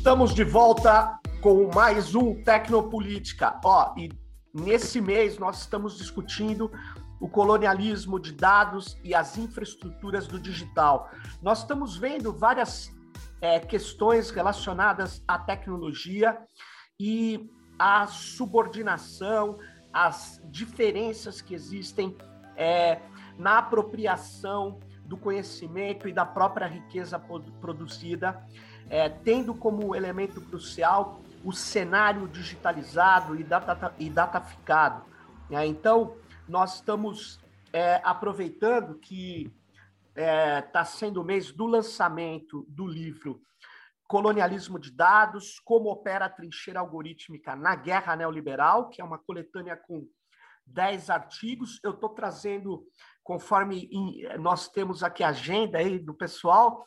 Estamos de volta com mais um Tecnopolítica. E nesse mês nós estamos discutindo o colonialismo de dados e as infraestruturas do digital. Nós estamos vendo várias questões relacionadas à tecnologia e à subordinação, as diferenças que existem na apropriação do conhecimento e da própria riqueza produzida, tendo como elemento crucial o cenário digitalizado e dataficado. Então, nós estamos aproveitando que está sendo o mês do lançamento do livro Colonialismo de Dados, Como Opera a Trincheira Algorítmica na Guerra Neoliberal, que é uma coletânea com 10 artigos. Eu estou trazendo, conforme nós temos aqui a agenda aí do pessoal,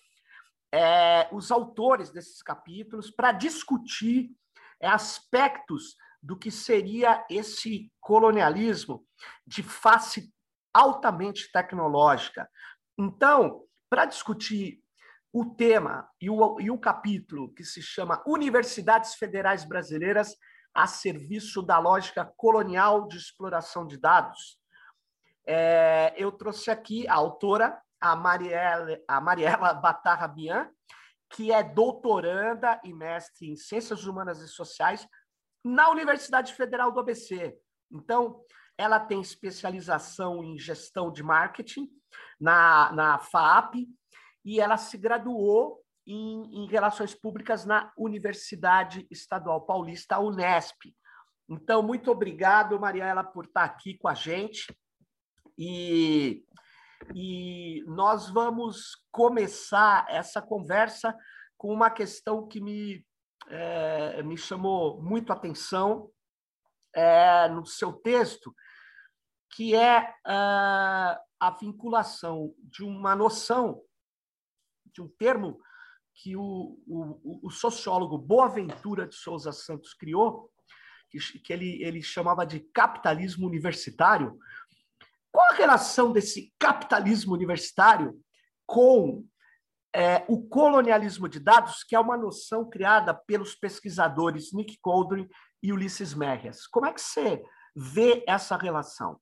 os autores desses capítulos para discutir aspectos do que seria esse colonialismo de face altamente tecnológica. Então, para discutir o tema e o capítulo que se chama Universidades Federais Brasileiras a serviço da lógica colonial de exploração de dados, eu trouxe aqui a autora, a Mariela Batarrabian, que é doutoranda e mestre em Ciências Humanas e Sociais na Universidade Federal do ABC. Então, ela tem especialização em gestão de marketing na FAAP e ela se graduou em Relações Públicas na Universidade Estadual Paulista, a Unesp. Então, muito obrigado, Mariela, por estar aqui com a gente. E nós vamos começar essa conversa com uma questão que me chamou muito a atenção no seu texto, que é a vinculação de uma noção, de um termo que o sociólogo Boaventura de Souza Santos criou, que ele chamava de capitalismo universitário. Qual a relação desse capitalismo universitário com o colonialismo de dados, que é uma noção criada pelos pesquisadores Nick Couldry e Ulisses Merrias? Como é que você vê essa relação?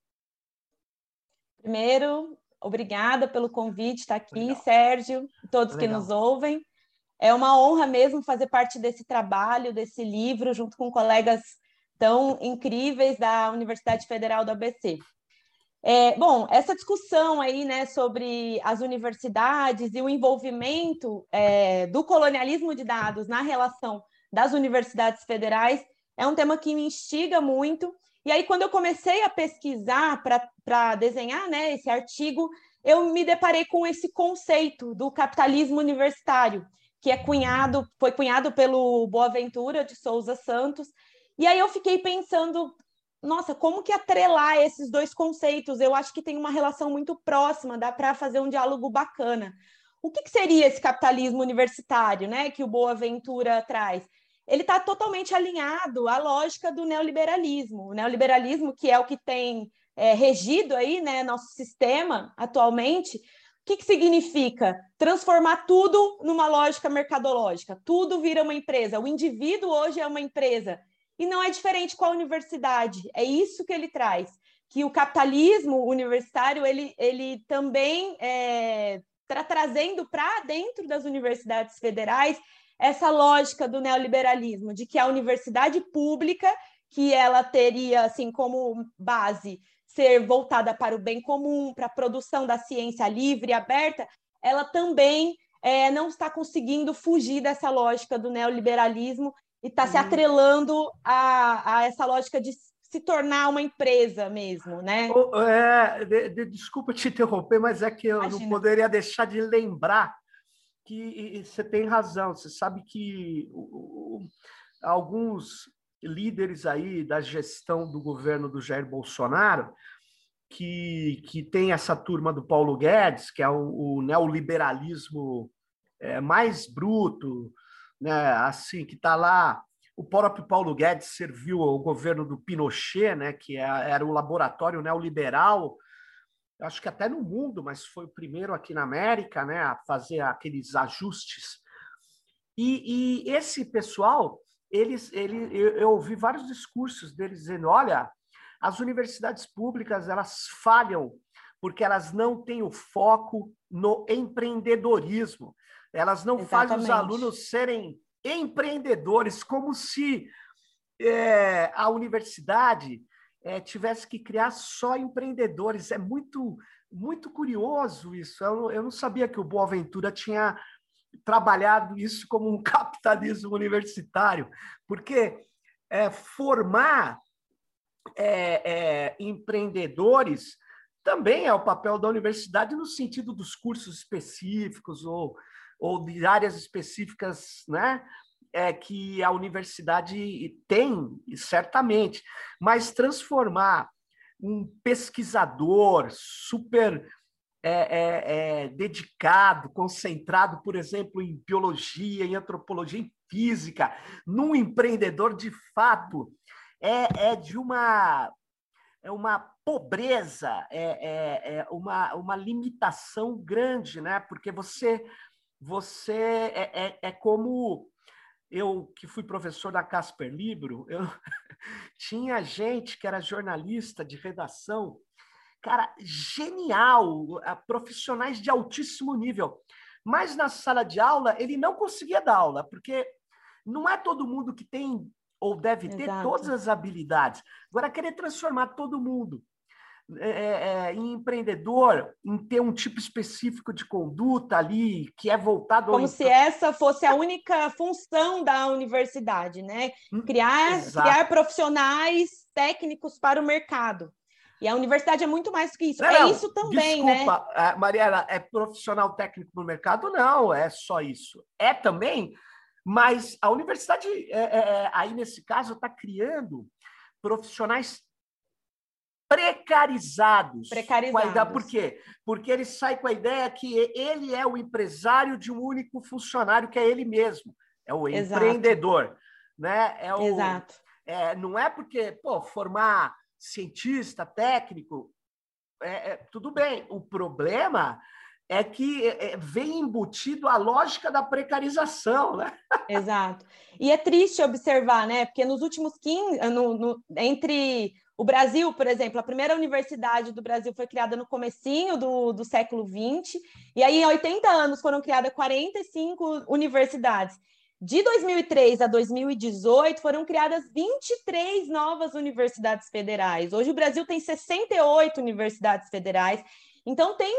Primeiro, obrigada pelo convite, estar aqui, Legal. Sérgio, todos que nos ouvem. É uma honra mesmo fazer parte desse trabalho, desse livro, junto com colegas tão incríveis da Universidade Federal do ABC. Bom, essa discussão aí, né, sobre as universidades e o envolvimento do colonialismo de dados na relação das universidades federais é um tema que me instiga muito. E aí, quando eu comecei a pesquisar para desenhar, né, esse artigo, eu me deparei com esse conceito do capitalismo universitário, que foi cunhado pelo Boaventura de Souza Santos. E aí eu fiquei pensando, nossa, como que atrelar esses dois conceitos? Eu acho que tem uma relação muito próxima, dá para fazer um diálogo bacana. O que seria esse capitalismo universitário, né, que o Boaventura traz? Ele está totalmente alinhado à lógica do neoliberalismo. O neoliberalismo, que é o que tem regido aí, né, nosso sistema atualmente. O que significa? Transformar tudo numa lógica mercadológica. Tudo vira uma empresa. O indivíduo hoje é uma empresa. E não é diferente com a universidade. É isso que ele traz. Que o capitalismo universitário, ele também está trazendo para dentro das universidades federais essa lógica do neoliberalismo, de que a universidade pública, que ela teria assim como base ser voltada para o bem comum, para a produção da ciência livre e aberta, ela também não está conseguindo fugir dessa lógica do neoliberalismo e está se atrelando a essa lógica de se tornar uma empresa mesmo, né? Desculpa te interromper, mas é que eu não poderia deixar de lembrar que você tem razão. Você sabe que alguns líderes aí da gestão do governo do Jair Bolsonaro, que tem essa turma do Paulo Guedes, que é o neoliberalismo mais bruto, né? Assim, que está lá. O próprio Paulo Guedes serviu ao governo do Pinochet, né? Que era o laboratório neoliberal, acho que até no mundo, mas foi o primeiro aqui na América, né, a fazer aqueles ajustes. E esse pessoal, eu ouvi vários discursos deles dizendo, olha, as universidades públicas, elas falham porque elas não têm o foco no empreendedorismo. Elas não fazem os alunos serem empreendedores, como se a universidade tivesse que criar só empreendedores. É muito, muito curioso isso. Eu não sabia que o Boaventura tinha trabalhado isso como um capitalismo universitário, porque formar empreendedores também é o papel da universidade no sentido dos cursos específicos ou de áreas específicas, né? Que a universidade tem, certamente, mas transformar um pesquisador super dedicado, concentrado, por exemplo, em biologia, em antropologia, em física, num empreendedor de fato, de uma pobreza, uma limitação grande, né? Porque você é como eu, que fui professor da Casper Libro, tinha gente que era jornalista de redação, cara, genial, profissionais de altíssimo nível. Mas na sala de aula, ele não conseguia dar aula, porque não é todo mundo que tem ou deve ter todas as habilidades. Agora, querer transformar todo mundo em empreendedor, em ter um tipo específico de conduta ali, que é voltado como se essa fosse a única função da universidade, né? Criar profissionais técnicos para o mercado. E a universidade é muito mais que isso. Isso também, desculpa, né? Mariana, é profissional técnico no mercado? Não, é só isso. É também, mas a universidade, aí nesse caso, está criando profissionais precarizados. Por quê? Porque ele sai com a ideia que ele é o empresário de um único funcionário, que é ele mesmo. É o empreendedor. Né? Exato. Não é porque formar cientista, técnico, tudo bem. O problema é que vem embutido a lógica da precarização, né? Exato. E é triste observar, né? Porque nos últimos 15... entre o Brasil, por exemplo, a primeira universidade do Brasil foi criada no comecinho do século XX, e aí em 80 anos foram criadas 45 universidades. De 2003 a 2018, foram criadas 23 novas universidades federais. Hoje o Brasil tem 68 universidades federais. Então, tem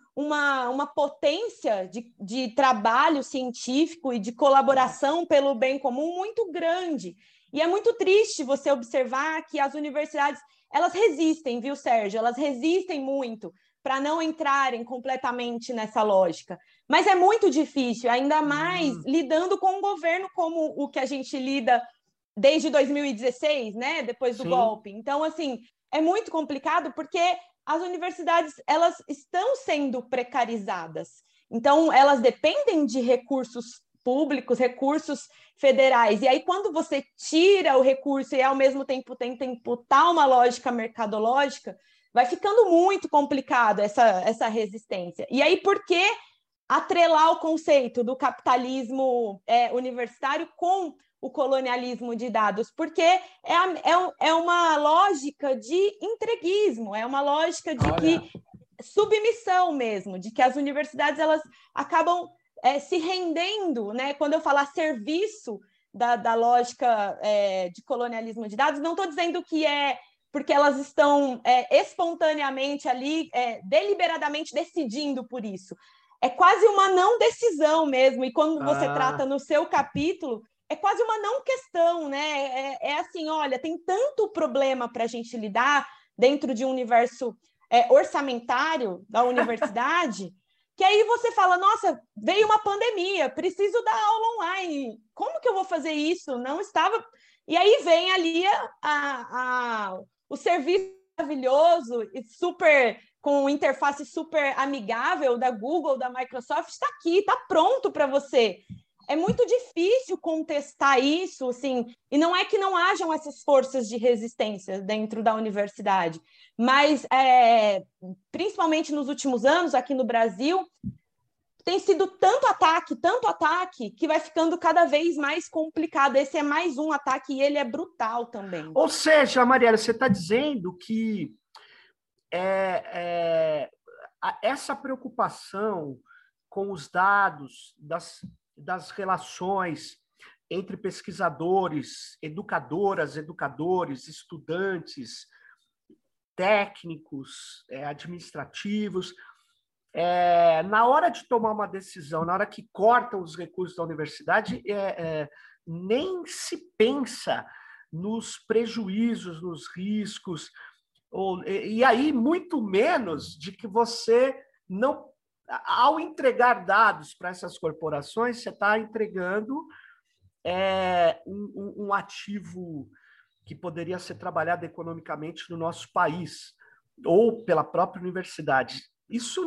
uma potência de trabalho científico e de colaboração pelo bem comum muito grande. E é muito triste você observar que as universidades, elas resistem, viu, Sérgio? Elas resistem muito para não entrarem completamente nessa lógica. Mas é muito difícil, ainda mais lidando com um governo como o que a gente lida desde 2016, né? Depois do golpe. Então, assim, é muito complicado porque as universidades, elas estão sendo precarizadas. Então, elas dependem de recursos públicos, recursos federais. E aí, quando você tira o recurso e, ao mesmo tempo, tenta imputar uma lógica mercadológica, vai ficando muito complicado essa resistência. E aí, por que atrelar o conceito do capitalismo universitário com o colonialismo de dados? Porque é uma lógica de entreguismo, é uma lógica de submissão mesmo, de que as universidades elas acabam se rendendo, né? Quando eu falar serviço da lógica de colonialismo de dados, não estou dizendo que é porque elas estão espontaneamente ali, deliberadamente decidindo por isso. É quase uma não decisão mesmo, e quando você trata no seu capítulo, é quase uma não questão, né? Assim, olha, tem tanto problema para a gente lidar dentro de um universo orçamentário da universidade, que aí você fala, nossa, veio uma pandemia, preciso dar aula online, como que eu vou fazer isso? Não estava... E aí vem ali o serviço maravilhoso e super, com interface super amigável da Google, da Microsoft, está aqui, está pronto para você. É muito difícil contestar isso, assim, e não é que não hajam essas forças de resistência dentro da universidade, mas, principalmente nos últimos anos, aqui no Brasil, tem sido tanto ataque, que vai ficando cada vez mais complicado. Esse é mais um ataque e ele é brutal também. Ou seja, Mariela, você está dizendo que essa preocupação com os dados das relações entre pesquisadores, educadoras, educadores, estudantes, técnicos, administrativos, na hora de tomar uma decisão, na hora que cortam os recursos da universidade, nem se pensa nos prejuízos, nos riscos, e aí muito menos de que você não... Ao entregar dados para essas corporações, você está entregando um ativo que poderia ser trabalhado economicamente no nosso país, ou pela própria universidade. Isso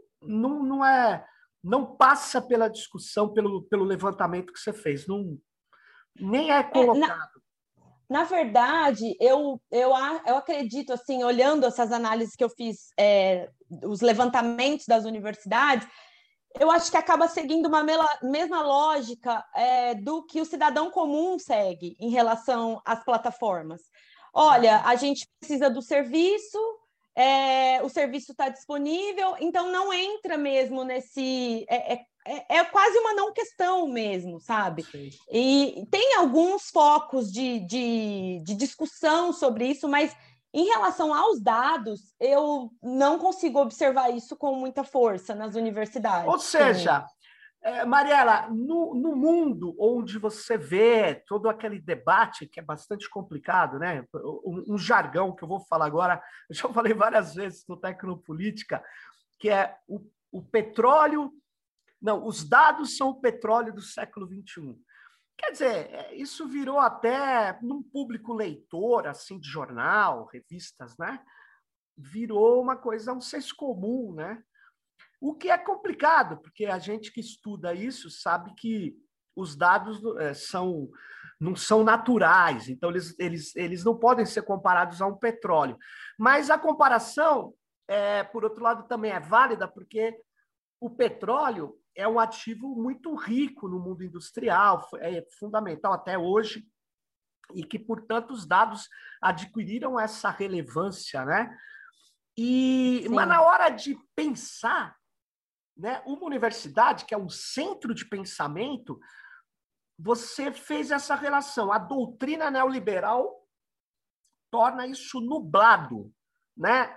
não passa pela discussão, pelo levantamento que você fez, nem é colocado. Na verdade, eu acredito, assim, olhando essas análises que eu fiz, os levantamentos das universidades, eu acho que acaba seguindo uma mesma lógica do que o cidadão comum segue em relação às plataformas. Olha, a gente precisa do serviço, o serviço está disponível, então não entra mesmo nesse... É quase uma não questão mesmo, sabe? Sim. E tem alguns focos de discussão sobre isso, mas em relação aos dados, eu não consigo observar isso com muita força nas universidades. Ou seja, Mariela, no mundo onde você vê todo aquele debate, que é bastante complicado, né? Um jargão que eu vou falar agora, eu já falei várias vezes no Tecnopolítica, que é o petróleo... Não, os dados são o petróleo do século XXI. Quer dizer, isso virou até, num público leitor, assim, de jornal, revistas, né? Virou uma coisa, um senso comum, né? O que é complicado, porque a gente que estuda isso sabe que os dados não são naturais, então eles não podem ser comparados a um petróleo. Mas a comparação, por outro lado, também é válida, porque o petróleo é um ativo muito rico no mundo industrial, é fundamental até hoje, e que, portanto, os dados adquiriram essa relevância, né? Mas na hora de pensar, né, uma universidade, que é um centro de pensamento, você fez essa relação. A doutrina neoliberal torna isso nublado, né?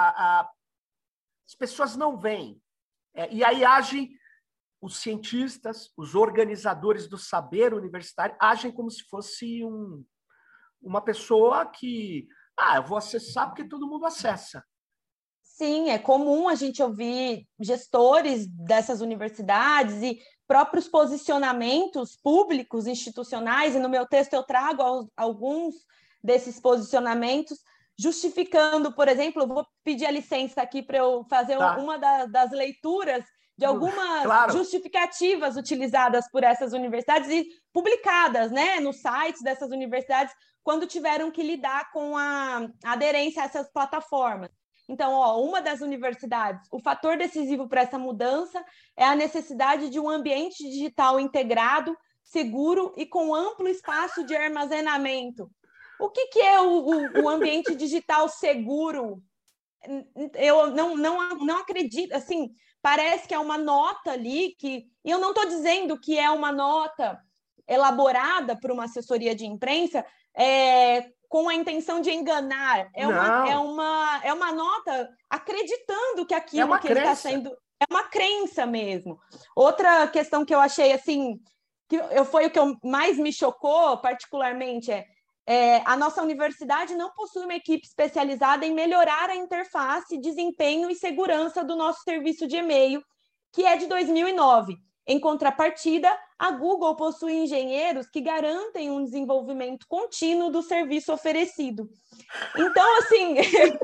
As pessoas não veem. E aí agem os cientistas, os organizadores do saber universitário, agem como se fosse uma pessoa que... eu vou acessar porque todo mundo acessa. Sim, é comum a gente ouvir gestores dessas universidades e próprios posicionamentos públicos, institucionais, e no meu texto eu trago alguns desses posicionamentos, justificando, por exemplo, vou pedir a licença aqui para eu fazer uma das leituras de algumas justificativas utilizadas por essas universidades e publicadas, né, nos sites dessas universidades, quando tiveram que lidar com a aderência a essas plataformas. Então, uma das universidades, o fator decisivo para essa mudança é a necessidade de um ambiente digital integrado, seguro e com amplo espaço de armazenamento. O que é o ambiente digital seguro? Eu não acredito, assim, parece que é uma nota ali, e eu não estou dizendo que é uma nota elaborada por uma assessoria de imprensa, com a intenção de enganar. É uma nota acreditando que aquilo que está sendo... É uma crença mesmo. Outra questão que eu achei, assim, foi o que mais me chocou, particularmente, a nossa universidade não possui uma equipe especializada em melhorar a interface, desempenho e segurança do nosso serviço de e-mail, que é de 2009. Em contrapartida, a Google possui engenheiros que garantem um desenvolvimento contínuo do serviço oferecido. Então, assim,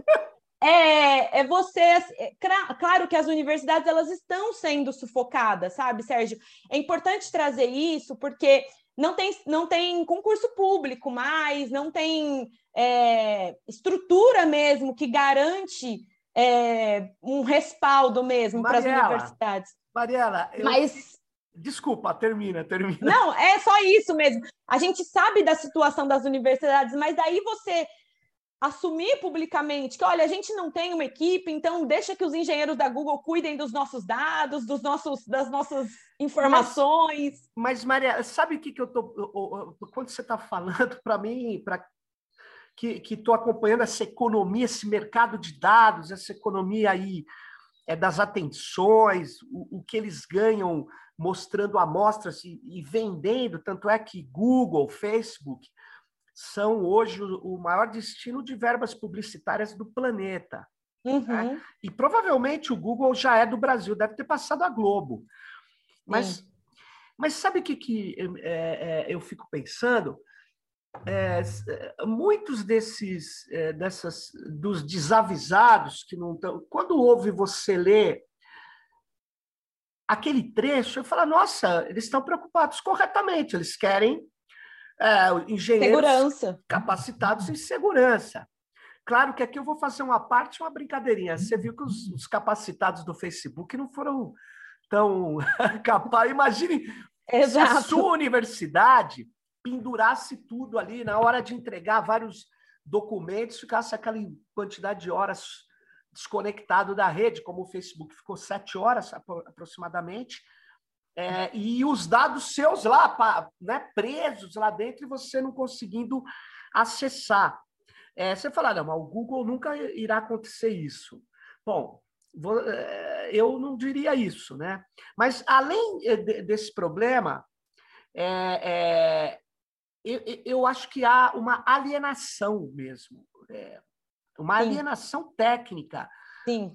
claro que as universidades elas estão sendo sufocadas, sabe, Sérgio? É importante trazer isso porque não tem concurso público mais, não tem estrutura mesmo que garante um respaldo mesmo para as universidades. Mariela, Mas... Desculpa, termina. Não, é só isso mesmo. A gente sabe da situação das universidades, mas daí você assumir publicamente que, olha, a gente não tem uma equipe, então deixa que os engenheiros da Google cuidem dos nossos dados, das nossas informações. Mas Maria, sabe o que eu tô... Quando você está falando, para mim, que estou acompanhando essa economia, esse mercado de dados, essa economia aí das atenções, o que eles ganham mostrando amostras e vendendo, tanto é que Google, Facebook são hoje o maior destino de verbas publicitárias do planeta. Uhum. Né? E provavelmente o Google já é do Brasil, deve ter passado a Globo. Mas sabe o que eu fico pensando? Muitos dos desavisados que não estão... Quando ouve você ler aquele trecho, eu falo, nossa, eles estão preocupados corretamente, eles querem engenheiros segurança. Capacitados em segurança. Claro que aqui eu vou fazer uma parte, uma brincadeirinha. Você viu que os capacitados do Facebook não foram tão capazes. Imagine se a sua universidade pendurasse tudo ali na hora de entregar vários documentos, ficasse aquela quantidade de horas desconectado da rede, como o Facebook ficou 7 horas aproximadamente, e os dados seus lá, né, presos lá dentro e você não conseguindo acessar. Você fala, não, mas o Google nunca irá acontecer isso. Bom, eu não diria isso, né? Mas além desse problema, eu acho que há uma alienação mesmo, uma alienação técnica. Sim.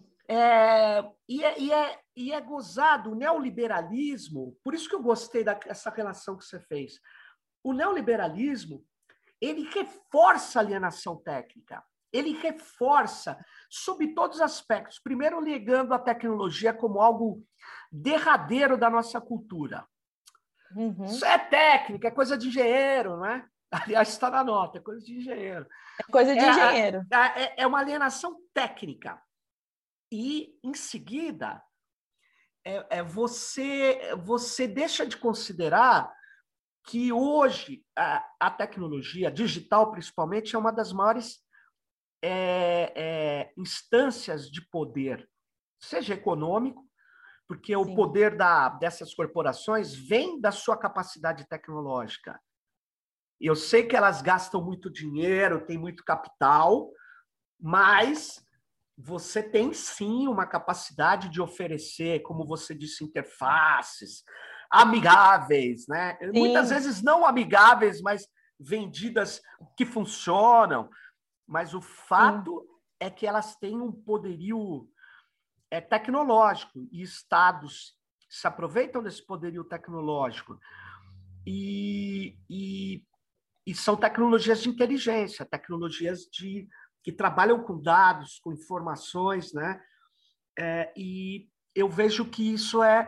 E é gozado o neoliberalismo, por isso que eu gostei dessa relação que você fez. O neoliberalismo, ele reforça a alienação técnica, ele reforça sob todos os aspectos. Primeiro, ligando a tecnologia como algo derradeiro da nossa cultura. Uhum. Isso é técnica, é coisa de engenheiro, não é? Aliás, está na nota, é coisa de engenheiro. É coisa de engenheiro. É uma alienação técnica. E, em seguida, você deixa de considerar que hoje a tecnologia digital, principalmente, é uma das maiores instâncias de poder, seja econômico, porque o poder dessas corporações vem da sua capacidade tecnológica. Eu sei que elas gastam muito dinheiro, tem muito capital, mas você tem sim uma capacidade de oferecer, como você disse, interfaces amigáveis, né? Sim. Muitas vezes não amigáveis, mas vendidas que funcionam. Mas o fato é que elas têm um poderio tecnológico e estados se aproveitam desse poderio tecnológico. E são tecnologias de inteligência, tecnologias que trabalham com dados, com informações, né? E eu vejo que isso é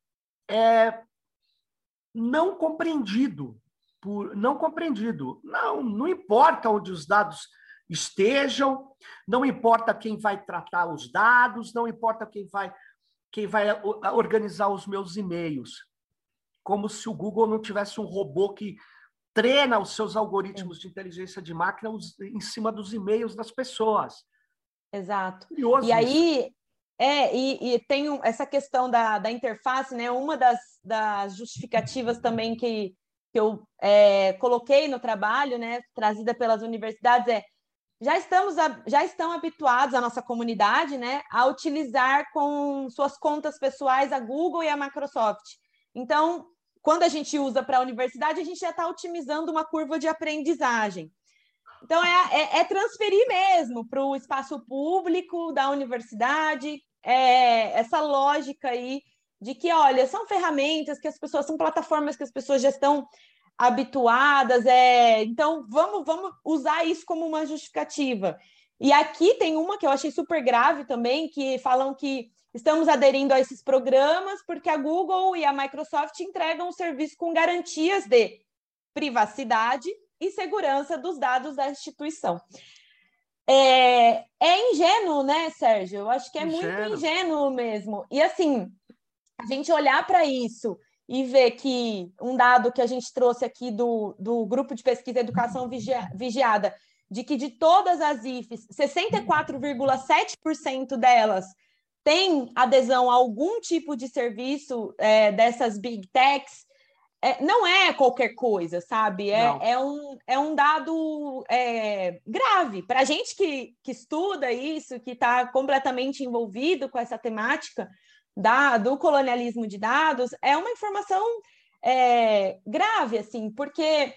não compreendido. Não compreendido. Não importa onde os dados estejam, não importa quem vai tratar os dados, não importa quem vai organizar os meus e-mails. Como se o Google não tivesse um robô que treina os seus algoritmos de inteligência de máquina em cima dos e-mails das pessoas. Exato. Curioso e aí, e tem essa questão da interface, né? Uma das justificativas também que eu coloquei no trabalho, né, trazida pelas universidades, já estão habituados, a nossa comunidade, né, a utilizar com suas contas pessoais a Google e a Microsoft. Então, quando a gente usa para a universidade, a gente já está otimizando uma curva de aprendizagem. Então, transferir mesmo para o espaço público da universidade, essa lógica aí de que, olha, são ferramentas que as pessoas, são plataformas que as pessoas já estão habituadas, então vamos usar isso como uma justificativa. E aqui tem uma que eu achei super grave também, que falam que estamos aderindo a esses programas porque a Google e a Microsoft entregam o serviço com garantias de privacidade e segurança dos dados da instituição. É ingênuo, né, Sérgio? Eu acho que é muito ingênuo mesmo. E assim, a gente olhar para isso e ver que um dado que a gente trouxe aqui do Grupo de Pesquisa Educação Vigiada, de que de todas as IFES, 64,7% delas têm adesão a algum tipo de serviço dessas Big Techs, não é qualquer coisa, sabe? É um dado grave. Para a gente que estuda isso, que está completamente envolvido com essa temática do colonialismo de dados, é uma informação grave, assim, porque...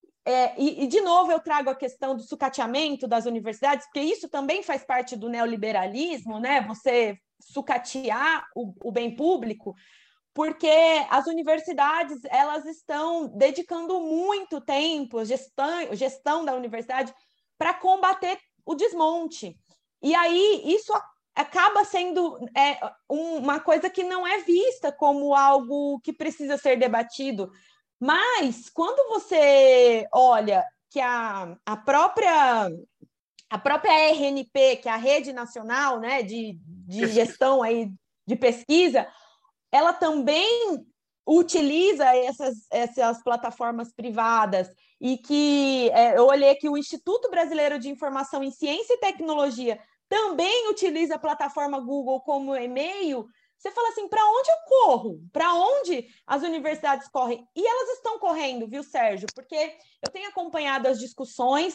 de novo, eu trago a questão do sucateamento das universidades, porque isso também faz parte do neoliberalismo, né? Você sucatear o bem público, porque as universidades elas estão dedicando muito tempo, gestão da universidade, para combater o desmonte. E aí isso acaba sendo uma coisa que não é vista como algo que precisa ser debatido. Mas quando você olha que a própria RNP, que é a Rede Nacional, né, de gestão aí de pesquisa, ela também utiliza essas plataformas privadas e que eu olhei que o Instituto Brasileiro de Informação em Ciência e Tecnologia também utiliza a plataforma Google como e-mail. Você fala assim, para onde eu corro? Para onde as universidades correm? E elas estão correndo, viu, Sérgio? Porque eu tenho acompanhado as discussões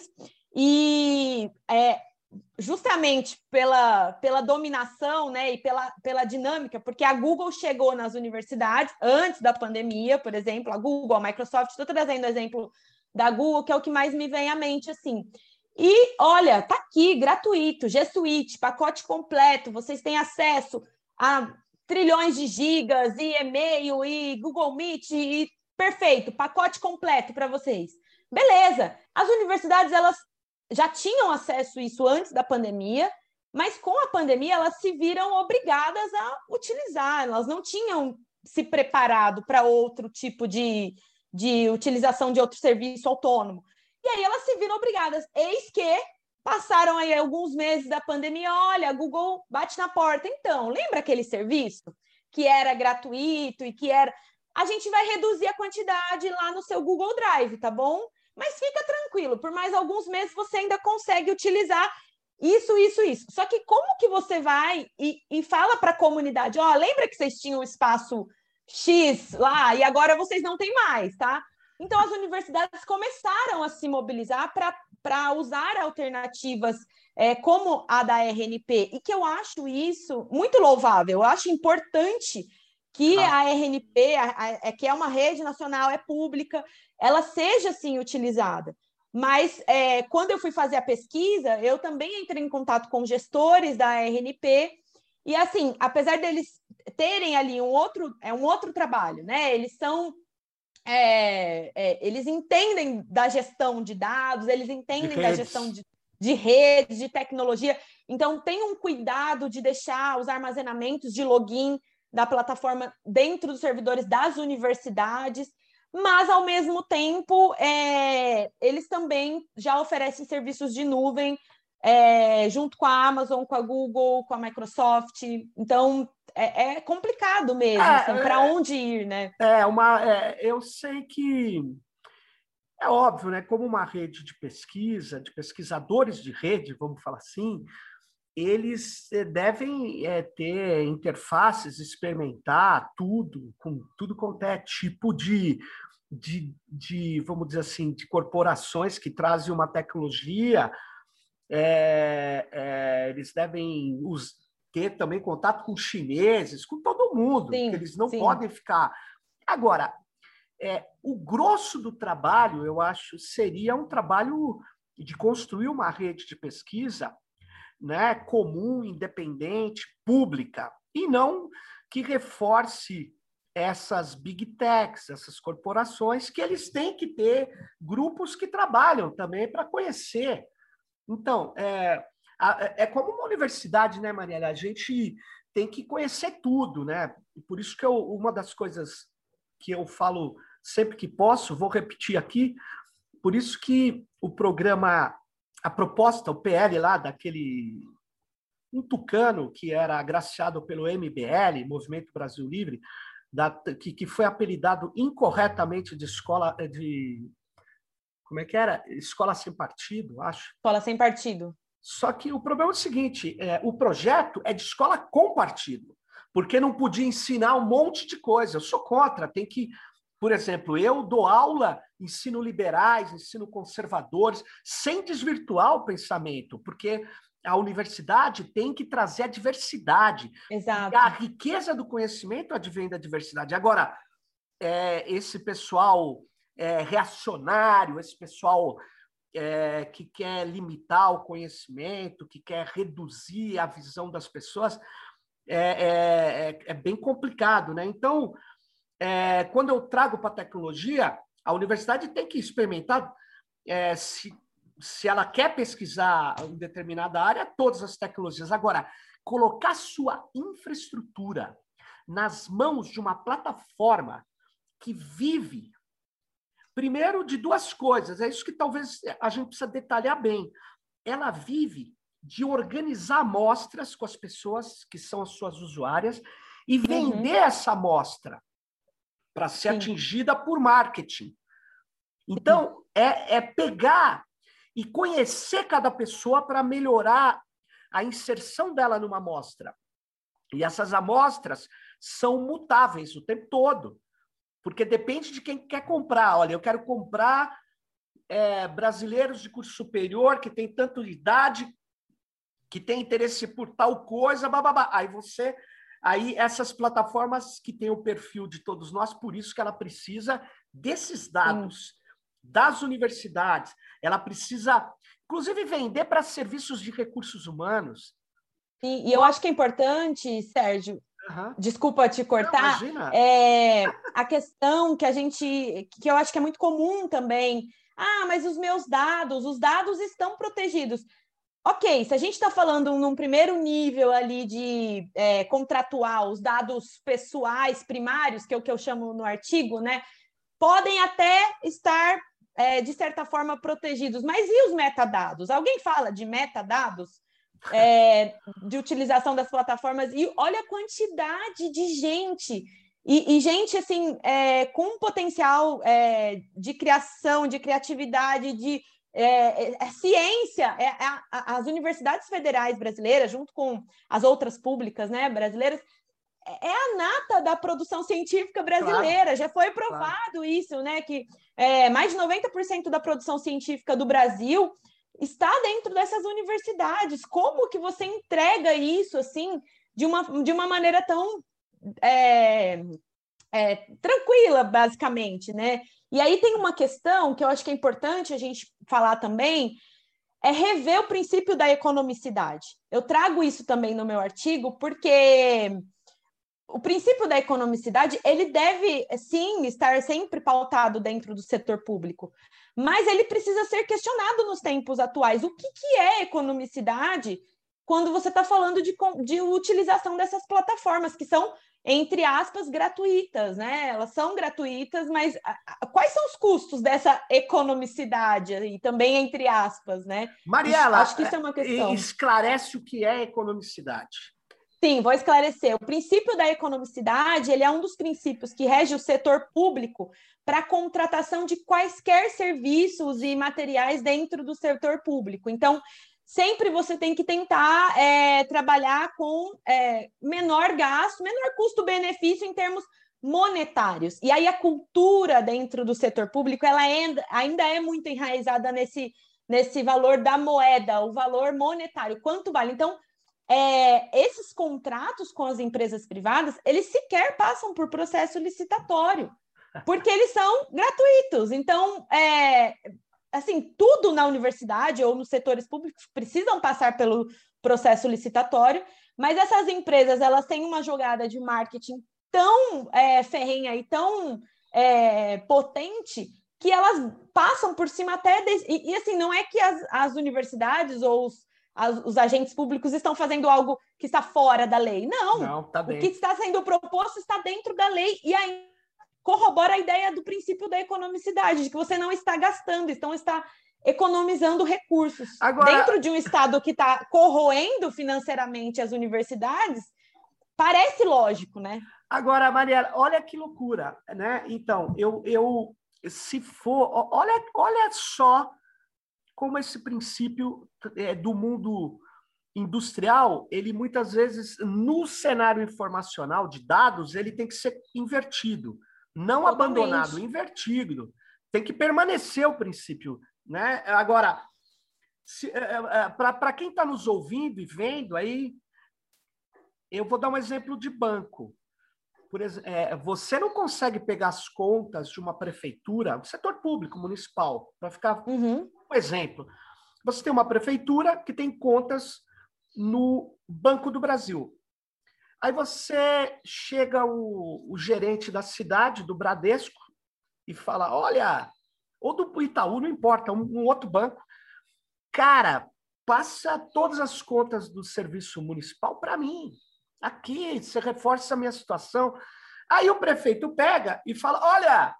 e justamente pela dominação, né, e pela dinâmica, porque a Google chegou nas universidades antes da pandemia, por exemplo, a Google, a Microsoft, estou trazendo o exemplo da Google, que é o que mais me vem à mente, assim. E, olha, tá aqui, gratuito, G Suite, pacote completo, vocês têm acesso a trilhões de gigas, e e-mail, e Google Meet, e perfeito, pacote completo para vocês. Beleza, as universidades, elas já tinham acesso a isso antes da pandemia, mas com a pandemia elas se viram obrigadas a utilizar, elas não tinham se preparado para outro tipo de utilização de outro serviço autônomo. E aí elas se viram obrigadas. Eis que passaram aí alguns meses da pandemia, olha, a Google bate na porta. Então, lembra aquele serviço que era gratuito e que era... A gente vai reduzir a quantidade lá no seu Google Drive, tá bom? Mas fica tranquilo, por mais alguns meses você ainda consegue utilizar isso. Só que como que você vai e fala para a comunidade, lembra que vocês tinham o espaço X lá e agora vocês não têm mais, tá? Então as universidades começaram a se mobilizar para usar alternativas como a da RNP, e que eu acho isso muito louvável, eu acho importante que a RNP, que é uma rede nacional, é pública, ela seja, assim, utilizada. Mas, quando eu fui fazer a pesquisa, eu também entrei em contato com gestores da RNP, e, assim, apesar deles terem ali um outro trabalho, né? Eles são... eles entendem da gestão de dados, eles entendem da gestão de redes, de tecnologia, então tem um cuidado de deixar os armazenamentos de login da plataforma dentro dos servidores das universidades, mas, ao mesmo tempo, eles também já oferecem serviços de nuvem junto com a Amazon, com a Google, com a Microsoft. Então, é complicado mesmo, assim, para onde ir, né? Eu sei que é óbvio, né? Como uma rede de pesquisa, de pesquisadores de rede, vamos falar assim, eles devem ter interfaces, experimentar tudo, com tudo quanto é tipo de, vamos dizer assim, de corporações que trazem uma tecnologia. Eles devem ter também contato com os chineses, com todo mundo, porque eles não podem ficar... Agora, o grosso do trabalho, eu acho, seria um trabalho de construir uma rede de pesquisa, né, comum, independente, pública, e não que reforce essas big techs, essas corporações, que eles têm que ter grupos que trabalham também para conhecer. Então, é como uma universidade, né, Mariela? A gente tem que conhecer tudo, né? E por isso que uma das coisas que eu falo sempre que posso, vou repetir aqui, por isso que o programa, a proposta, o PL lá, daquele um tucano que era agraciado pelo MBL, Movimento Brasil Livre, que foi apelidado incorretamente de escola de... Como é que era? Escola sem partido, acho. Escola sem partido. Só que o problema é o seguinte, o projeto é de escola com partido, porque não podia ensinar um monte de coisa. Eu sou contra, tem que... Por exemplo, eu dou aula, ensino liberais, ensino conservadores, sem desvirtuar o pensamento, porque a universidade tem que trazer a diversidade. Exato. E a riqueza do conhecimento advém da diversidade. Agora, esse pessoal reacionário, esse pessoal que quer limitar o conhecimento, que quer reduzir a visão das pessoas, é bem complicado, né? Então, quando eu trago para a tecnologia, a universidade tem que experimentar se ela quer pesquisar em determinada área, todas as tecnologias. Agora, colocar sua infraestrutura nas mãos de uma plataforma que vive, primeiro, de duas coisas, é isso que talvez a gente precisa detalhar bem. Ela vive de organizar amostras com as pessoas que são as suas usuárias e vender essa amostra para ser atingida por marketing. Então, é pegar e conhecer cada pessoa para melhorar a inserção dela numa amostra. E essas amostras são mutáveis o tempo todo, porque depende de quem quer comprar. Olha, eu quero comprar brasileiros de curso superior que tem tanta idade, que tem interesse por tal coisa, bababá. Aí essas plataformas que têm o perfil de todos nós, por isso que ela precisa desses dados das universidades. Ela precisa, inclusive, vender para serviços de recursos humanos. Sim, e eu acho que é importante, Sérgio, desculpa te cortar, não, imagina. A questão que eu acho que é muito comum também. Mas os dados estão protegidos. Ok, se a gente está falando num primeiro nível ali de contratual, os dados pessoais primários, que é o que eu chamo no artigo, né, podem até estar, de certa forma, protegidos. Mas e os metadados? Alguém fala de metadados? De utilização das plataformas? E olha a quantidade de gente, e gente assim, com potencial de criação, de criatividade, de ciência. As universidades federais brasileiras, junto com as outras públicas, né, brasileiras, a nata da produção científica brasileira. Claro. Já foi provado isso, né, que mais de 90% da produção científica do Brasil está dentro dessas universidades. Como que você entrega isso assim de uma maneira tão tranquila, basicamente, né? E aí tem uma questão que eu acho que é importante a gente falar também, rever o princípio da economicidade. Eu trago isso também no meu artigo, porque o princípio da economicidade, ele deve, sim, estar sempre pautado dentro do setor público, mas ele precisa ser questionado nos tempos atuais. O que é economicidade quando você está falando de utilização dessas plataformas, que são, entre aspas, gratuitas, né? Elas são gratuitas, mas quais são os custos dessa economicidade? E também entre aspas, né? Mariela, acho que isso é uma questão. Esclarece o que é economicidade. Sim, vou esclarecer. O princípio da economicidade, ele é um dos princípios que rege o setor público para a contratação de quaisquer serviços e materiais dentro do setor público. Então, sempre você tem que tentar trabalhar com menor gasto, menor custo-benefício em termos monetários. E aí a cultura dentro do setor público, ela ainda é muito enraizada nesse valor da moeda, o valor monetário, quanto vale. Então, esses contratos com as empresas privadas, eles sequer passam por processo licitatório, porque eles são gratuitos. Então, assim, tudo na universidade ou nos setores públicos precisam passar pelo processo licitatório, mas essas empresas, elas têm uma jogada de marketing tão ferrenha e tão potente que elas passam por cima até... E assim, não é que as universidades ou os agentes públicos estão fazendo algo que está fora da lei. Não, tá dentro. O que está sendo proposto está dentro da lei e aí corrobora a ideia do princípio da economicidade, de que você não está gastando, então está economizando recursos. Agora, dentro de um Estado que está corroendo financeiramente as universidades, parece lógico, né? Agora, Mariela, olha que loucura, né? Então, se for, olha só como esse princípio do mundo industrial, ele muitas vezes, no cenário informacional de dados, ele tem que ser invertido, não Totalmente. abandonado, invertido. Tem que permanecer o princípio, né? Agora, para quem está nos ouvindo e vendo aí, eu vou dar um exemplo de banco. Por exemplo, você não consegue pegar as contas de uma prefeitura, do setor público, municipal, para ficar um exemplo. Você tem uma prefeitura que tem contas no Banco do Brasil. Aí você chega o gerente da cidade, do Bradesco, e fala, olha, ou do Itaú, não importa, um outro banco, cara, passa todas as contas do serviço municipal para mim. Aqui, você reforça a minha situação. Aí o prefeito pega e fala, olha,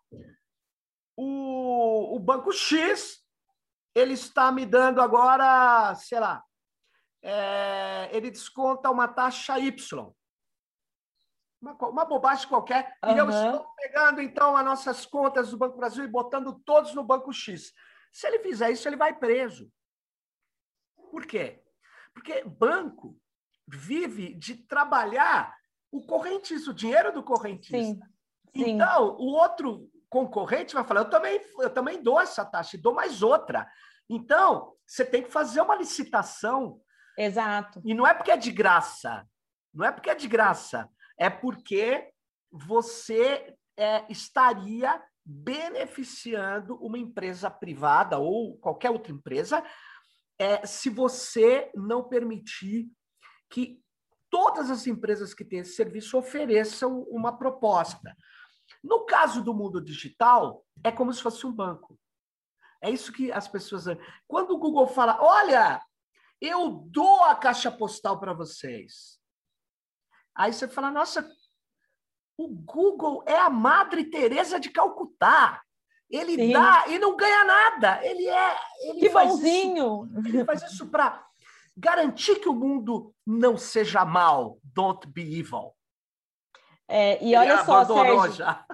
o Banco X, ele está me dando agora, sei lá, ele desconta uma taxa Y. Uma bobagem qualquer. E eu estou pegando, então, as nossas contas do Banco Brasil e botando todos no Banco X. Se ele fizer isso, ele vai preso. Por quê? Porque banco vive de trabalhar o correntista, o dinheiro do correntista. Sim, sim. Então, o outro concorrente vai falar, eu também dou essa taxa, e dou mais outra. Então, você tem que fazer uma licitação. Exato. E não é porque é de graça. Não é porque é de graça. É porque você estaria beneficiando uma empresa privada ou qualquer outra empresa se você não permitir que todas as empresas que têm esse serviço ofereçam uma proposta. No caso do mundo digital, é como se fosse um banco. É isso que as pessoas... Quando o Google fala, olha, eu dou a caixa postal para vocês. Aí você fala, nossa, o Google é a Madre Teresa de Calcutá. Ele Sim. dá e não ganha nada. Ele que bonzinho! Ele faz isso para garantir que o mundo não seja mal. Don't be evil. E olha só, Sérgio, já.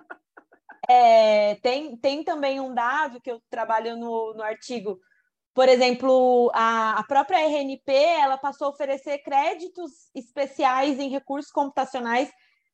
Tem também um dado que eu trabalho no artigo. Por exemplo, a própria RNP ela passou a oferecer créditos especiais em recursos computacionais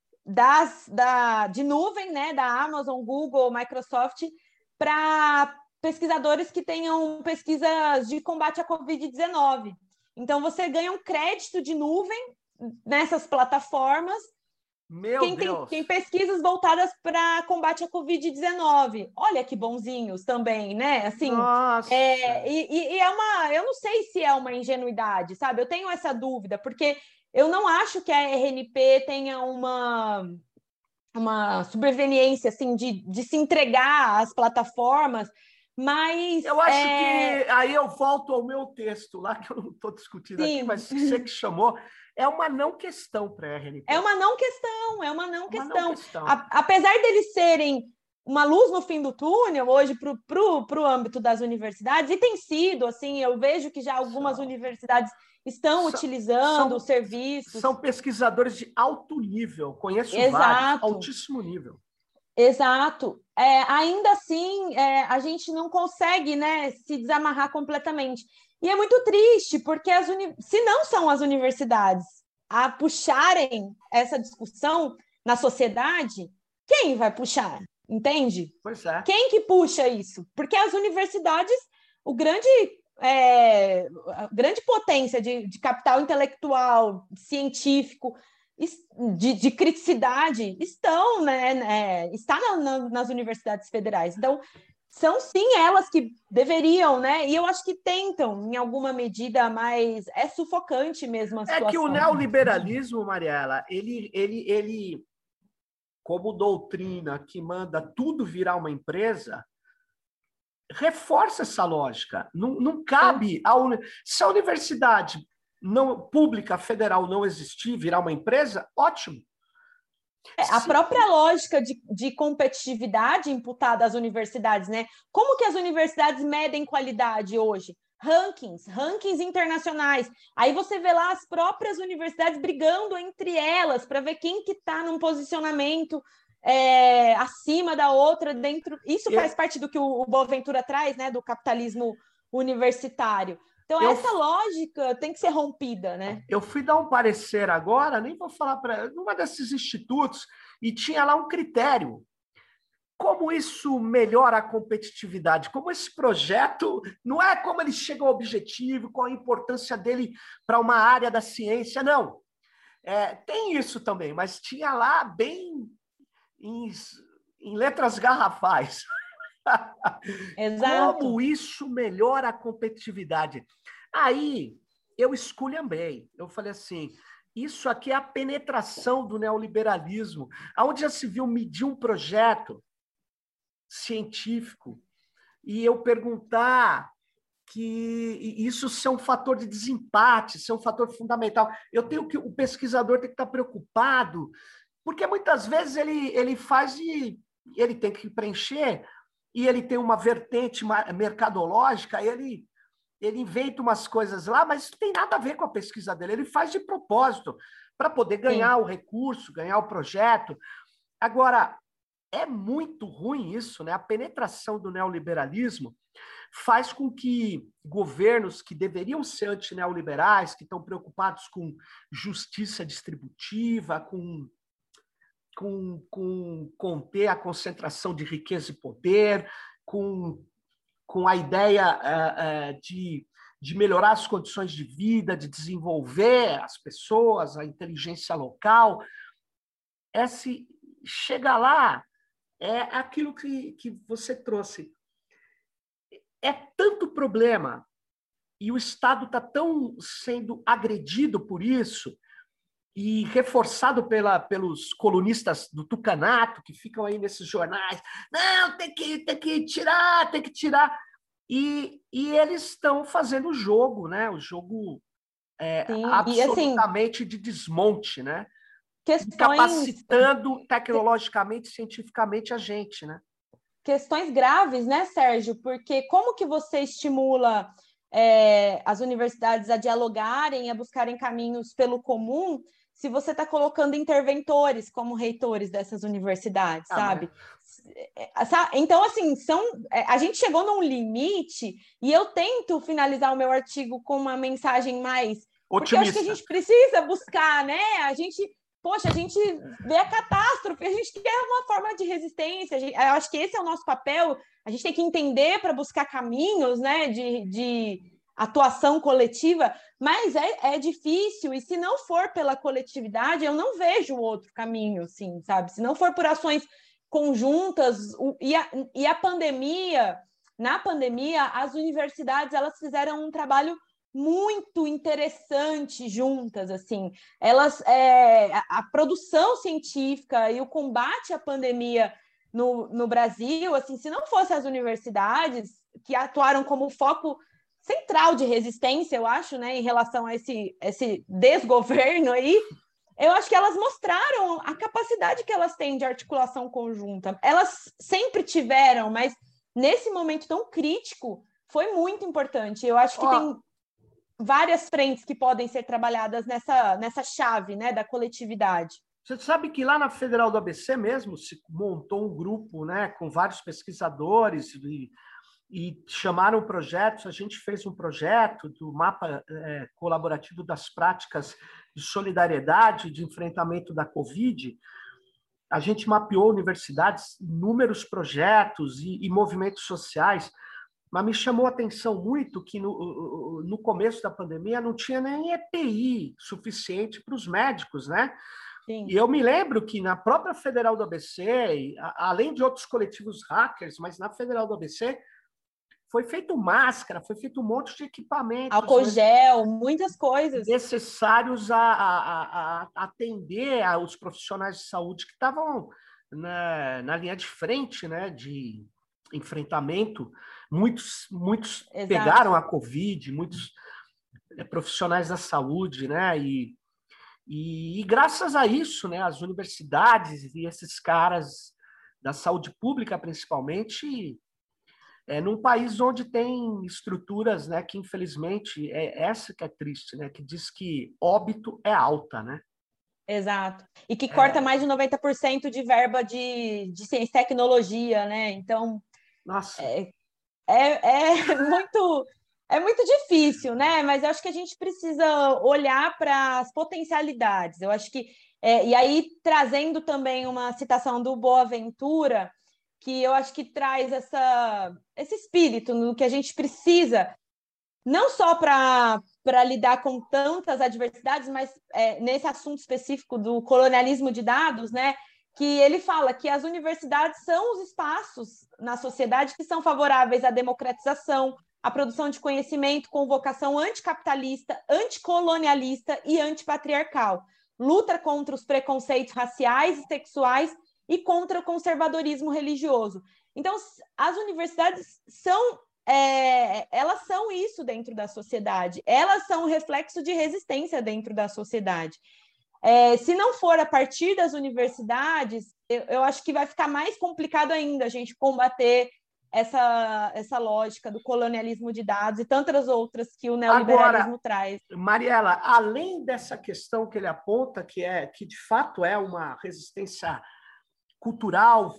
de nuvem, né, da Amazon, Google, Microsoft, para pesquisadores que tenham pesquisas de combate à Covid-19. Então, você ganha um crédito de nuvem nessas plataformas. Tem pesquisas voltadas para combate à Covid-19. Olha que bonzinhos também, né? Assim, Nossa. Eu não sei se é uma ingenuidade, sabe? Eu tenho essa dúvida, porque eu não acho que a RNP tenha uma superveniência, assim, de se entregar às plataformas, mas... Eu acho que aí eu volto ao meu texto lá, que eu não estou discutindo Sim. aqui, mas você que chamou... É uma não questão para a RNP. É uma não questão. Apesar deles serem uma luz no fim do túnel, hoje, para o âmbito das universidades, e tem sido, assim, eu vejo que já algumas universidades estão utilizando os serviços. São pesquisadores de alto nível, conheço Exato. vários, altíssimo nível. Exato. Ainda assim, a gente não consegue, né, se desamarrar completamente. E é muito triste, porque se não são as universidades a puxarem essa discussão na sociedade, quem vai puxar? Entende? Pois é. Quem que puxa isso? Porque as universidades, a grande potência de capital intelectual, científico, de criticidade, estão, né, está nas universidades federais. Então, são sim elas que deveriam, né? E eu acho que tentam, em alguma medida, mas é sufocante mesmo a situação. É que o neoliberalismo, Mariela, ele como doutrina que manda tudo virar uma empresa, reforça essa lógica. Não cabe... Se a universidade pública federal não existir, virar uma empresa, ótimo. A própria lógica de competitividade imputada às universidades, né? Como que as universidades medem qualidade hoje? Rankings internacionais. Aí você vê lá as próprias universidades brigando entre elas para ver quem que está num posicionamento acima da outra dentro. Isso faz parte do que o Boaventura traz, né? Do capitalismo universitário. Então, essa lógica tem que ser rompida, né? Eu fui dar um parecer agora, nem vou falar para numa desses institutos, e tinha lá um critério. Como isso melhora a competitividade? Como esse projeto, não é como ele chega ao objetivo, qual a importância dele para uma área da ciência, não. Tem isso também, mas tinha lá bem em letras garrafais. Exato. Como isso melhora a competitividade? Aí eu esculhambei. Eu falei assim, isso aqui é a penetração do neoliberalismo, onde já se viu medir um projeto científico e eu perguntar que isso ser um fator de desempate, ser um fator fundamental. O pesquisador tem que estar preocupado, porque muitas vezes ele faz e ele tem que preencher, e ele tem uma vertente mercadológica, ele inventa umas coisas lá, mas não tem nada a ver com a pesquisa dele, ele faz de propósito, para poder ganhar o recurso, ganhar o projeto. Agora, é muito ruim isso, né? A penetração do neoliberalismo faz com que governos que deveriam ser antineoliberais, que estão preocupados com justiça distributiva, com conter a concentração de riqueza e poder, com a ideia de melhorar as condições de vida, de desenvolver as pessoas, a inteligência local. Chega lá, é aquilo que você trouxe. É tanto problema e o Estado está tão sendo agredido por isso e reforçado pelos colunistas do Tucanato, que ficam aí nesses jornais, não, tem que tirar, tem que tirar. E eles estão fazendo o jogo, né? O jogo absolutamente de desmonte, né? Capacitando tecnologicamente, cientificamente a gente, né? Questões graves, né, Sérgio? Porque como que você estimula as universidades a dialogarem, a buscarem caminhos pelo comum, se você está colocando interventores como reitores dessas universidades, sabe? Então, assim, a gente chegou num limite e eu tento finalizar o meu artigo com uma mensagem mais... otimista. Porque eu acho que a gente precisa buscar, né? A gente vê a catástrofe, a gente quer uma forma de resistência, eu acho que esse é o nosso papel, a gente tem que entender para buscar caminhos, né, de atuação coletiva, mas é difícil, e se não for pela coletividade, eu não vejo outro caminho, assim, sabe? Se não for por ações conjuntas, e a pandemia, na pandemia, as universidades, elas fizeram um trabalho muito interessante juntas, assim, a produção científica e o combate à pandemia no Brasil, assim, se não fossem as universidades que atuaram como foco central de resistência, eu acho, né, em relação a esse desgoverno aí, eu acho que elas mostraram a capacidade que elas têm de articulação conjunta. Elas sempre tiveram, mas nesse momento tão crítico foi muito importante. Eu acho que tem várias frentes que podem ser trabalhadas nessa chave, né, da coletividade. Você sabe que lá na Federal do ABC mesmo se montou um grupo, né, com vários pesquisadores e chamaram projetos. A gente fez um projeto do mapa colaborativo das práticas de solidariedade, de enfrentamento da Covid. A gente mapeou universidades, inúmeros projetos e movimentos sociais. Mas me chamou a atenção muito que no começo da pandemia não tinha nem EPI suficiente para os médicos, né? Sim. E eu me lembro que na própria Federal do ABC, além de outros coletivos hackers, mas na Federal do ABC, foi feito máscara, foi feito um monte de equipamentos. Álcool gel, muitas coisas. Necessários a atender aos profissionais de saúde que estavam na linha de frente, né, de enfrentamento. Muitos pegaram a Covid, muitos profissionais da saúde, né? E graças a isso, né, as universidades e esses caras da saúde pública, principalmente, num país onde tem estruturas, né, que infelizmente é essa que é triste, né, que diz que óbito é alta, né? Exato. E que corta mais de 90% de verba de ciência e tecnologia, né? Então, nossa, muito é muito difícil, né? Mas eu acho que a gente precisa olhar para as potencialidades. Eu acho que e aí trazendo também uma citação do Boaventura, que eu acho que traz esse espírito no que a gente precisa, não só para lidar com tantas adversidades, mas nesse assunto específico do colonialismo de dados, né? Que ele fala que as universidades são os espaços na sociedade que são favoráveis à democratização, à produção de conhecimento com vocação anticapitalista, anticolonialista e antipatriarcal, luta contra os preconceitos raciais e sexuais e contra o conservadorismo religioso. Então, as universidades elas são isso dentro da sociedade, elas são um reflexo de resistência dentro da sociedade. Se não for a partir das universidades, eu acho que vai ficar mais complicado ainda a gente combater essa lógica do colonialismo de dados e tantas outras que o neoliberalismo traz. Mariela, além dessa questão que ele aponta, que de fato é uma resistência cultural,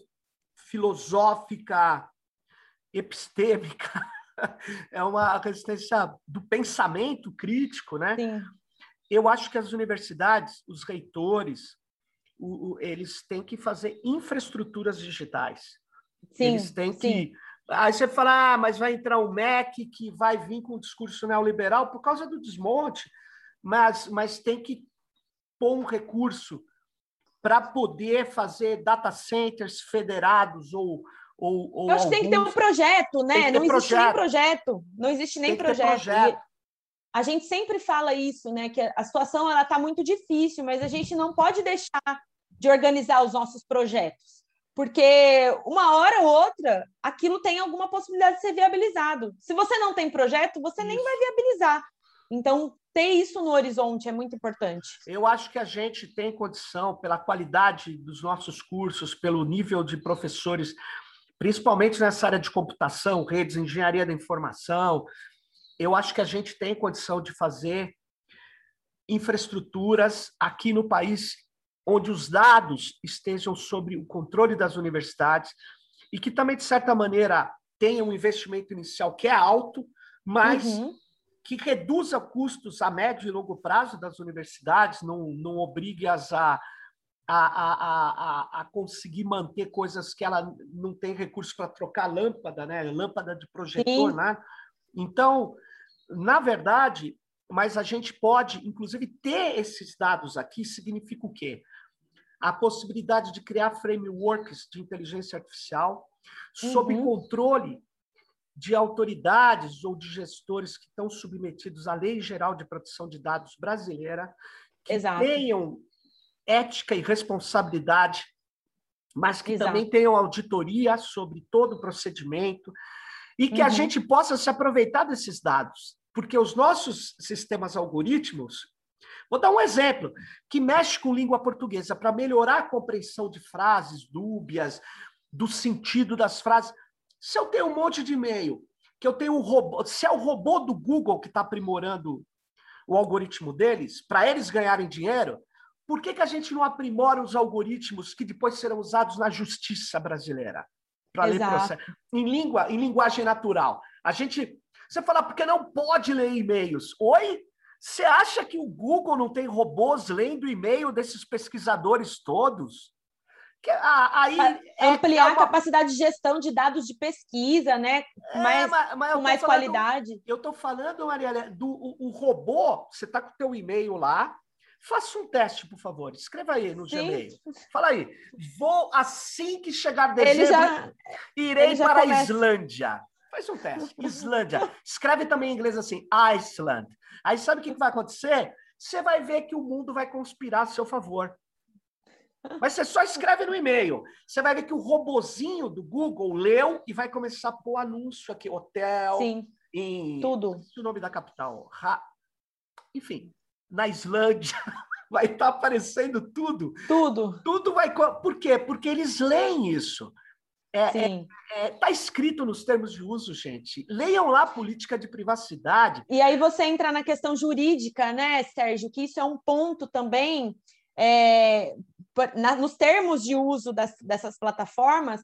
filosófica, epistêmica, é uma resistência do pensamento crítico, né? Sim. Eu acho que as universidades, os reitores, eles têm que fazer infraestruturas digitais. Sim, eles têm que... Aí você fala, mas vai entrar o MEC que vai vir com o discurso neoliberal por causa do desmonte, mas tem que pôr um recurso para poder fazer data centers federados ou eu acho que tem que ter um projeto, né? Não existe nem projeto. Não existe nem projeto. A gente sempre fala isso, né? Que a situação ela está muito difícil, mas a gente não pode deixar de organizar os nossos projetos, porque uma hora ou outra aquilo tem alguma possibilidade de ser viabilizado. Se você não tem projeto, você nem vai viabilizar. Então, ter isso no horizonte é muito importante. Eu acho que a gente tem condição, pela qualidade dos nossos cursos, pelo nível de professores, principalmente nessa área de computação, redes, engenharia da informação, eu acho que a gente tem condição de fazer infraestruturas aqui no país onde os dados estejam sob o controle das universidades e que também, de certa maneira, tenha um investimento inicial que é alto, mas que reduza custos a médio e longo prazo das universidades, não obrigue-as a conseguir manter coisas que ela não tem recurso para trocar lâmpada, né? Lâmpada de projetor, né? Então, na verdade, mas a gente pode, inclusive, ter esses dados aqui, significa o quê? A possibilidade de criar frameworks de inteligência artificial sob controle de autoridades ou de gestores que estão submetidos à Lei Geral de Proteção de Dados brasileira, que tenham ética e responsabilidade, mas que também tenham auditoria sobre todo o procedimento e que a gente possa se aproveitar desses dados, porque os nossos sistemas algorítmicos, vou dar um exemplo, que mexe com língua portuguesa para melhorar a compreensão de frases dúbias, do sentido das frases. Se eu tenho um monte de e-mail, que eu tenho um robô, se é o robô do Google que está aprimorando o algoritmo deles, para eles ganharem dinheiro, por que a gente não aprimora os algoritmos que depois serão usados na justiça brasileira? Para ler processo. Em linguagem natural. Você fala, porque não pode ler e-mails. Oi? Você acha que o Google não tem robôs lendo e-mail desses pesquisadores todos? Ampliar a capacidade de gestão de dados de pesquisa, né? Com mais qualidade. Eu estou falando, Mariana, o robô, você está com o teu e-mail lá, faça um teste, por favor. Escreva aí no Gmail. Fala aí. Vou, assim que chegar dezembro, irei para a Islândia. Faz um teste. Islândia. Escreve também em inglês assim, Iceland. Aí sabe o que vai acontecer? Você vai ver que o mundo vai conspirar a seu favor. Mas você só escreve no e-mail. Você vai ver que o robozinho do Google leu e vai começar a pôr anúncio aqui. Hotel. Tudo. Esse é o nome da capital. Enfim, na Islândia. vai estar aparecendo tudo. Tudo. Tudo vai... Por quê? Porque eles leem isso. Está escrito nos termos de uso, gente. Leiam lá a política de privacidade. E aí você entra na questão jurídica, né, Sérgio? Que isso é um ponto também. Nos termos de uso dessas plataformas,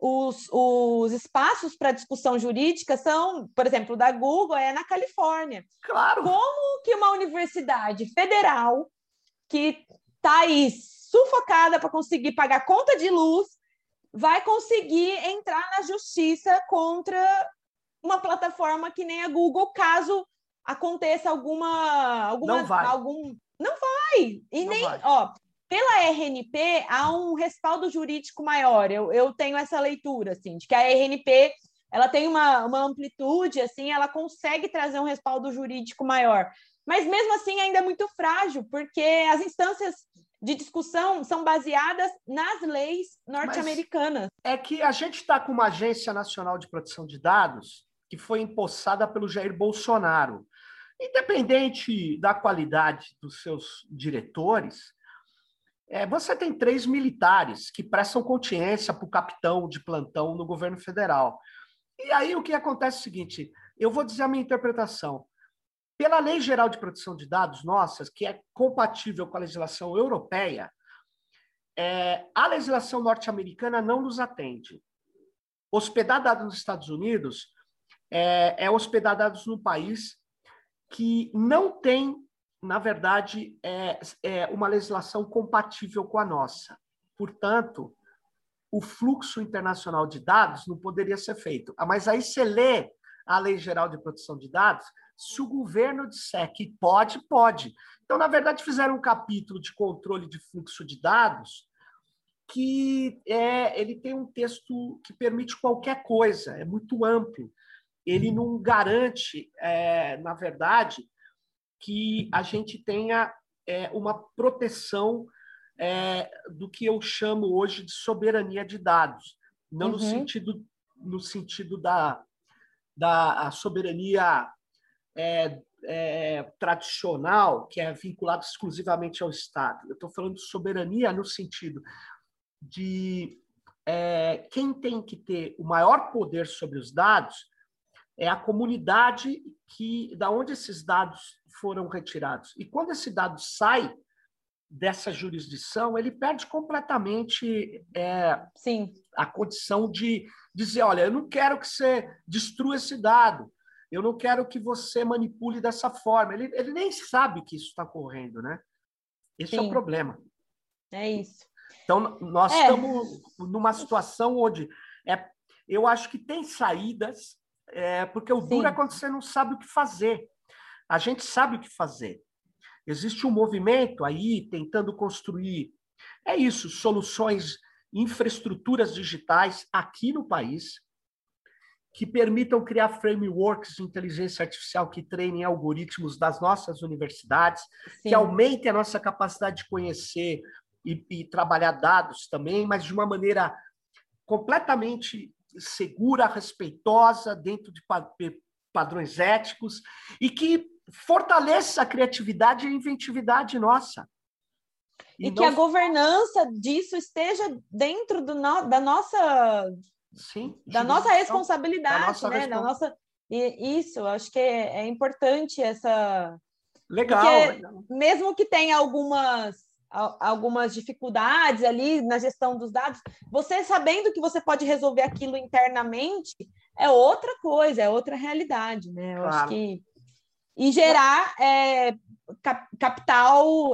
os espaços para discussão jurídica são, por exemplo, da Google é na Califórnia. Claro. Como que uma universidade federal que está aí sufocada para conseguir pagar conta de luz vai conseguir entrar na justiça contra uma plataforma que nem a Google, caso aconteça Não vai. Não vai. E não nem, vai. Ó, pela RNP há um respaldo jurídico maior. Eu tenho essa leitura, assim, de que a RNP ela tem uma amplitude, assim, ela consegue trazer um respaldo jurídico maior. Mas mesmo assim ainda é muito frágil, porque as instâncias de discussão são baseadas nas leis norte-americanas. É que a gente está com uma Agência Nacional de Proteção de Dados que foi empossada pelo Jair Bolsonaro. Independente da qualidade dos seus diretores, você tem 3 militares que prestam consciência para o capitão de plantão no governo federal. E aí o que acontece é o seguinte, eu vou dizer a minha interpretação. Pela Lei Geral de Proteção de Dados nossas, que é compatível com a legislação europeia, a legislação norte-americana não nos atende. Hospedar dados nos Estados Unidos é hospedar dados num país que não tem, na verdade, uma legislação compatível com a nossa. Portanto, o fluxo internacional de dados não poderia ser feito. Mas aí você lê a Lei Geral de Proteção de Dados, se o governo disser que pode, pode. Então, na verdade, fizeram um capítulo de controle de fluxo de dados que ele tem um texto que permite qualquer coisa, é muito amplo. Ele não garante, na verdade, que a gente tenha uma proteção do que eu chamo hoje de soberania de dados, não no sentido da soberania tradicional, que é vinculada exclusivamente ao Estado. Eu estou falando de soberania no sentido de quem tem que ter o maior poder sobre os dados é a comunidade da onde esses dados foram retirados. E quando esse dado sai dessa jurisdição, ele perde completamente a condição de dizer, olha, eu não quero que você destrua esse dado, eu não quero que você manipule dessa forma. Ele nem sabe que isso está ocorrendo, né? Esse é o problema. É isso. Então, nós estamos numa situação onde eu acho que tem saídas, porque o duro é quando você não sabe o que fazer. A gente sabe o que fazer. Existe um movimento aí tentando construir, soluções, infraestruturas digitais aqui no país, que permitam criar frameworks de inteligência artificial que treinem algoritmos das nossas universidades, que aumentem a nossa capacidade de conhecer e trabalhar dados também, mas de uma maneira completamente segura, respeitosa, dentro de padrões éticos, e que fortaleça a criatividade e a inventividade nossa. E que a governança disso esteja dentro da nossa... Sim, da nossa responsabilidade, né? Isso, acho que é importante essa... Legal. Porque mesmo que tenha algumas dificuldades ali na gestão dos dados, você sabendo que você pode resolver aquilo internamente é outra coisa, é outra realidade, né? Eu acho que... E gerar capital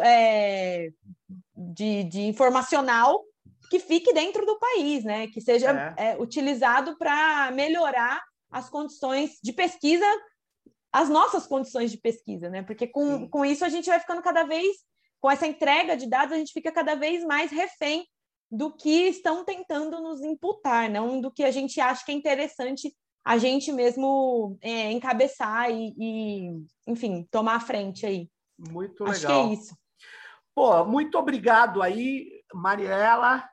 de informacional que fique dentro do país, né? Que seja utilizado para melhorar as condições de pesquisa, as nossas condições de pesquisa, né? Porque com isso a gente vai ficando com essa entrega de dados, a gente fica cada vez mais refém do que estão tentando nos imputar, não do que a gente acha que é interessante a gente mesmo encabeçar e, enfim, tomar a frente aí. Muito legal. Acho que é isso. Pô, muito obrigado aí, Mariela,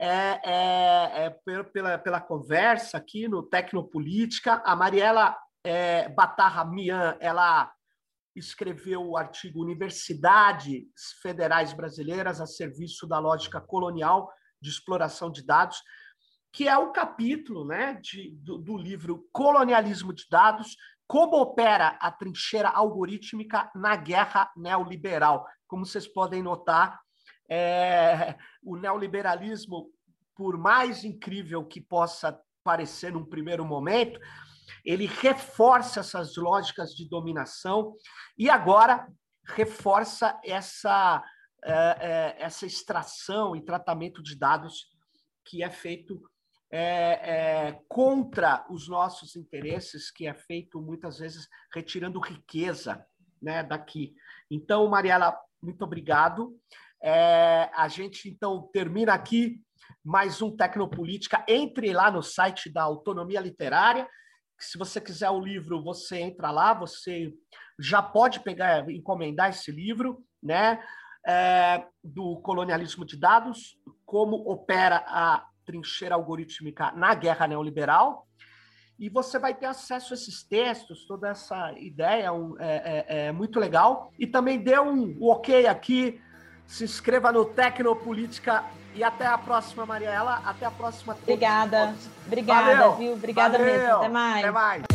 pela conversa aqui no Tecnopolítica. A Mariela Batarra Mian, ela escreveu o artigo Universidades Federais Brasileiras a serviço da lógica colonial de exploração de dados, que é o capítulo, né, do livro Colonialismo de Dados, como opera a trincheira algorítmica na guerra neoliberal. Como vocês podem notar, o neoliberalismo, por mais incrível que possa parecer num primeiro momento, ele reforça essas lógicas de dominação e agora reforça essa extração e tratamento de dados que é feito contra os nossos interesses, que é feito muitas vezes retirando riqueza, né, daqui. Então, Mariela, muito obrigado. A gente, então, termina aqui mais um Tecnopolítica. Entre lá no site da Autonomia Literária. Se você quiser o livro, você entra lá, você já pode pegar, encomendar esse livro, né, do Colonialismo de Dados, como opera a trincheira algorítmica na guerra neoliberal, e você vai ter acesso a esses textos, toda essa ideia é muito legal. E também dê um ok aqui, se inscreva no Tecnopolítica e até a próxima, Mariela. Até a próxima. Obrigada, valeu, viu? Obrigada mesmo. Até mais. Até mais.